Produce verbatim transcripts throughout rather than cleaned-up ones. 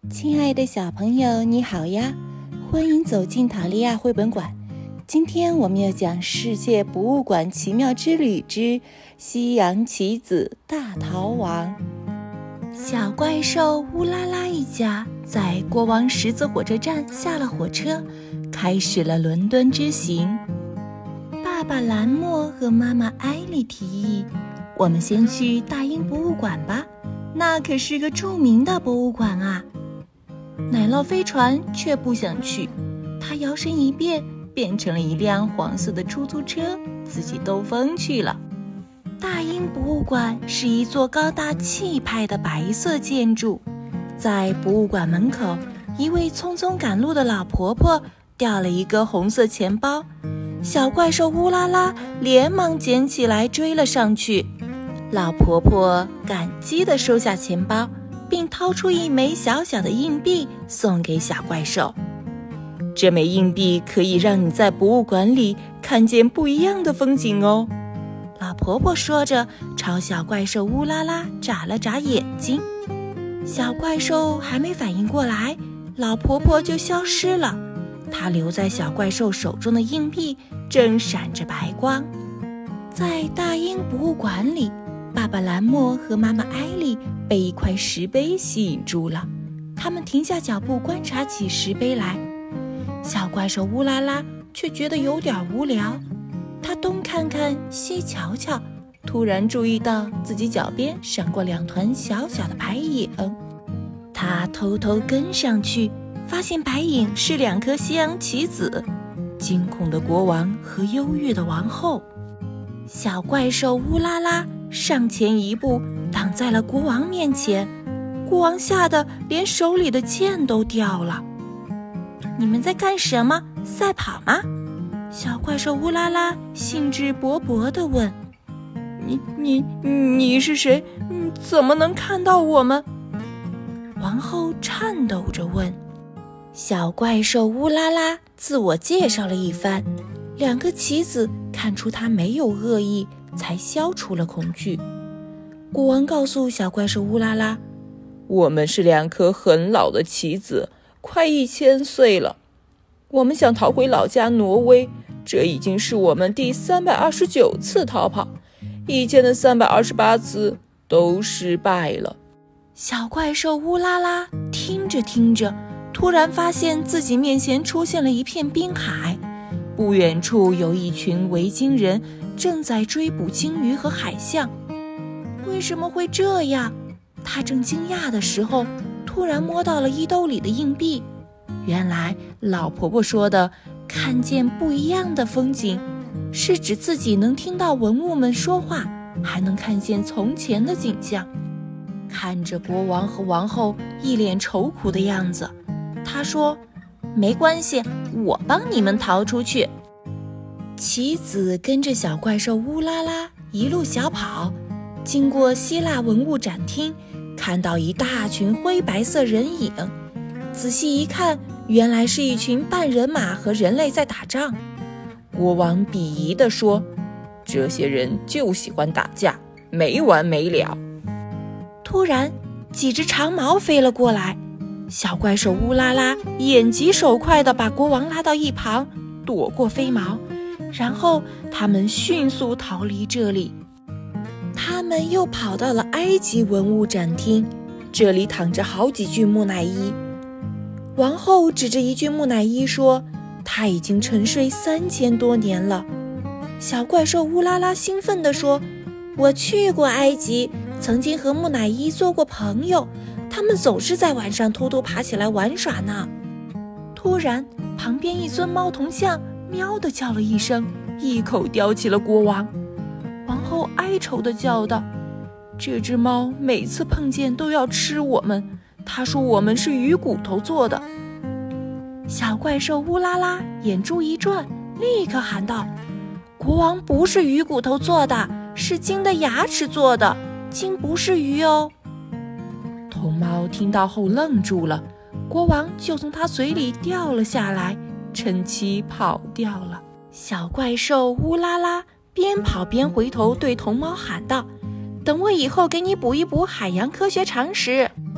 亲爱的小朋友，你好呀！欢迎走进塔利亚绘本馆。今天我们要讲世界博物馆奇妙之旅之西洋棋子大逃亡。小怪兽乌拉拉一家在国王十字火车站下了火车，开始了伦敦之行。爸爸兰莫和妈妈艾莉提议，我们先去大英博物馆吧，那可是个著名的博物馆啊。奶酪飞船却不想去，他摇身一变，变成了一辆黄色的出租车，自己兜风去了。大英博物馆是一座高大气派的白色建筑，在博物馆门口，一位匆匆赶路的老婆婆掉了一个红色钱包，小怪兽乌拉拉连忙捡起来追了上去。老婆婆感激地收下钱包，并掏出一枚小小的硬币送给小怪兽。这枚硬币可以让你在博物馆里看见不一样的风景哦。老婆婆说着，朝小怪兽乌拉拉眨了眨眼睛。小怪兽还没反应过来，老婆婆就消失了。她留在小怪兽手中的硬币正闪着白光。在大英博物馆里，爸爸兰莫和妈妈艾莉被一块石碑吸引住了，他们停下脚步观察起石碑来。小怪兽乌拉拉却觉得有点无聊，他东看看西瞧瞧，突然注意到自己脚边闪过两团小小的白影。他偷偷跟上去，发现白影是两颗西洋棋子，惊恐的国王和忧郁的王后。小怪兽乌拉拉上前一步，挡在了国王面前，国王吓得连手里的剑都掉了。你们在干什么？赛跑吗？小怪兽乌拉拉兴致勃勃地问。你你你是谁？怎么能看到我们？王后颤抖着问。小怪兽乌拉拉自我介绍了一番，两个棋子看出他没有恶意，才消除了恐惧。国王告诉小怪兽乌拉拉，我们是两颗很老的棋子，快一千岁了。我们想逃回老家挪威，这已经是我们第三百二十九次逃跑，以前的三百二十八次都失败了。小怪兽乌拉拉听着听着，突然发现自己面前出现了一片滨海，不远处有一群维京人正在追捕鲸鱼和海象。为什么会这样？他正惊讶的时候，突然摸到了衣兜里的硬币。原来老婆婆说的看见不一样的风景，是指自己能听到文物们说话，还能看见从前的景象。看着国王和王后一脸愁苦的样子，他说，没关系，我帮你们逃出去。棋子跟着小怪兽乌拉拉一路小跑，经过希腊文物展厅，看到一大群灰白色人影，仔细一看，原来是一群半人马和人类在打仗。国王鄙夷地说，这些人就喜欢打架，没完没了。突然几只长矛飞了过来，小怪兽乌拉拉眼疾手快地把国王拉到一旁，躲过飞矛，然后他们迅速逃离这里。他们又跑到了埃及文物展厅，这里躺着好几具木乃伊。王后指着一具木乃伊说，他已经沉睡三千多年了。小怪兽乌拉拉兴奋地说，我去过埃及，曾经和木乃伊做过朋友，他们总是在晚上偷偷爬起来玩耍呢。突然旁边一尊猫铜像喵地叫了一声，一口叼起了国王。王后哀愁地叫道，这只猫每次碰见都要吃我们，他说我们是鱼骨头做的。小怪兽乌拉拉眼珠一转，立刻喊道，国王不是鱼骨头做的，是鲸的牙齿做的，鲸不是鱼哦。铜猫听到后愣住了，国王就从他嘴里掉了下来，趁机跑掉了。小怪兽乌拉拉边跑边回头对铜猫喊道，等我以后给你补一补海洋科学常识。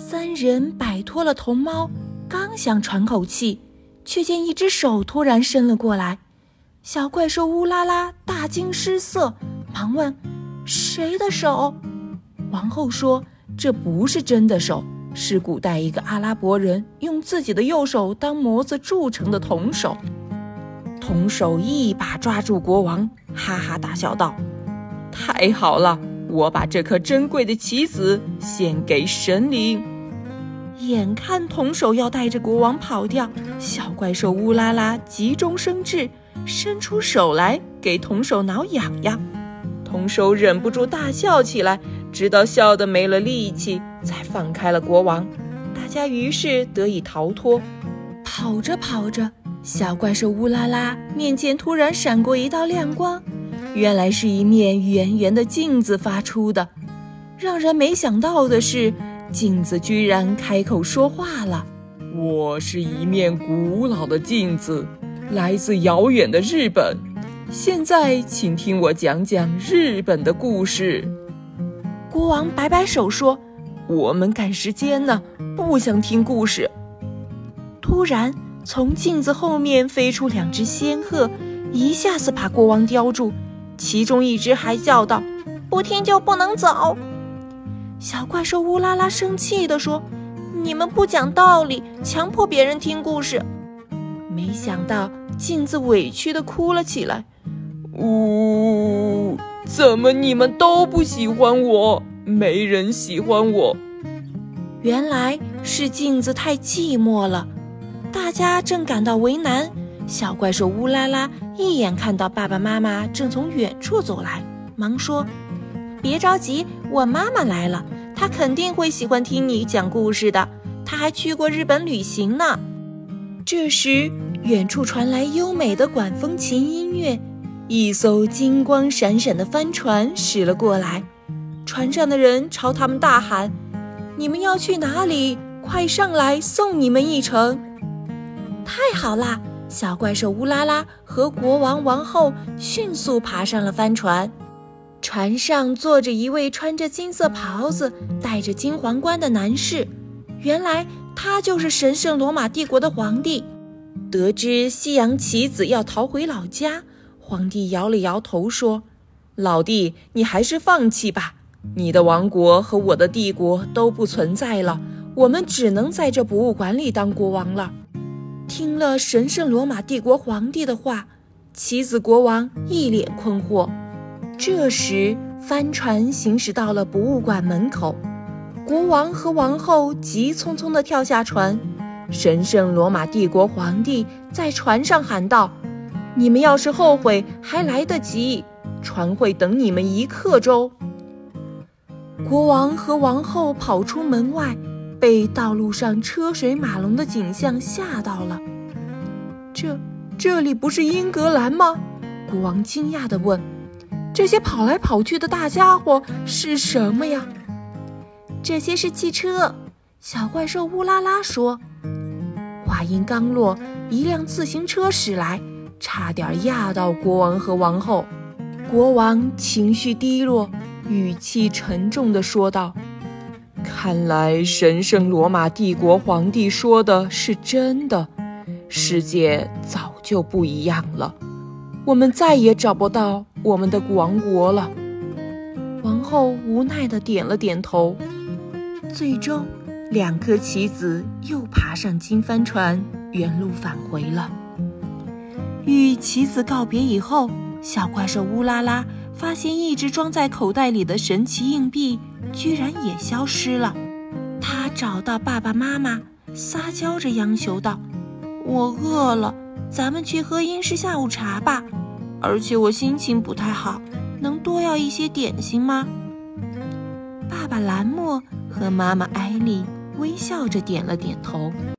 三人摆脱了铜猫，刚想喘口气，却见一只手突然伸了过来。小怪兽乌拉拉大惊失色，忙问：谁的手？王后说：这不是真的手，是古代一个阿拉伯人用自己的右手当模子铸成的铜手。铜手一把抓住国王，哈哈大笑道：太好了，我把这颗珍贵的棋子献给神灵。眼看铜手要带着国王跑掉，小怪兽乌拉拉急中生智，伸出手来给铜手挠痒痒。铜手忍不住大笑起来，直到笑得没了力气，才放开了国王。大家于是得以逃脱。跑着跑着，小怪兽乌拉拉面前突然闪过一道亮光，原来是一面圆圆的镜子发出的。让人没想到的是，镜子居然开口说话了：我是一面古老的镜子，来自遥远的日本，现在请听我讲讲日本的故事。国王摆摆手说：我们赶时间呢，不想听故事。突然从镜子后面飞出两只仙鹤，一下子把国王叼住，其中一只还叫道：不听就不能走。小怪兽乌拉拉生气地说：你们不讲道理，强迫别人听故事。没想到镜子委屈地哭了起来：呜、哦，怎么你们都不喜欢我？没人喜欢我。原来是镜子太寂寞了。大家正感到为难，小怪兽乌拉拉一眼看到爸爸妈妈正从远处走来，忙说：别着急，我妈妈来了，她肯定会喜欢听你讲故事的，她还去过日本旅行呢。这时远处传来优美的管风琴音乐，一艘金光闪闪的帆船驶了过来，船上的人朝他们大喊：你们要去哪里？快上来，送你们一程。太好啦！小怪兽乌拉拉和国王王后迅速爬上了帆船。船上坐着一位穿着金色袍子、戴着金皇冠的男士，原来他就是神圣罗马帝国的皇帝。得知西洋棋子要逃回老家，皇帝摇了摇头说：老弟，你还是放弃吧，你的王国和我的帝国都不存在了，我们只能在这博物馆里当国王了。听了神圣罗马帝国皇帝的话，棋子国王一脸困惑。这时帆船行驶到了博物馆门口，国王和王后急匆匆地跳下船。神圣罗马帝国皇帝在船上喊道：你们要是后悔还来得及，船会等你们一刻钟。国王和王后跑出门外，被道路上车水马龙的景象吓到了。这这里不是英格兰吗？国王惊讶地问。这些跑来跑去的大家伙是什么呀？这些是汽车，小怪兽乌拉拉说。话音刚落，一辆自行车驶来，差点压到国王和王后。国王情绪低落，语气沉重地说道：看来神圣罗马帝国皇帝说的是真的，世界早就不一样了，我们再也找不到我们的王国了。王后无奈地点了点头。最终两颗棋子又爬上金帆船，原路返回了。与棋子告别以后，小怪兽乌拉拉发现一直装在口袋里的神奇硬币居然也消失了。他找到爸爸妈妈，撒娇着央求道：我饿了，咱们去喝英式下午茶吧，而且我心情不太好，能多要一些点心吗？爸爸兰莫和妈妈艾莉微笑着点了点头。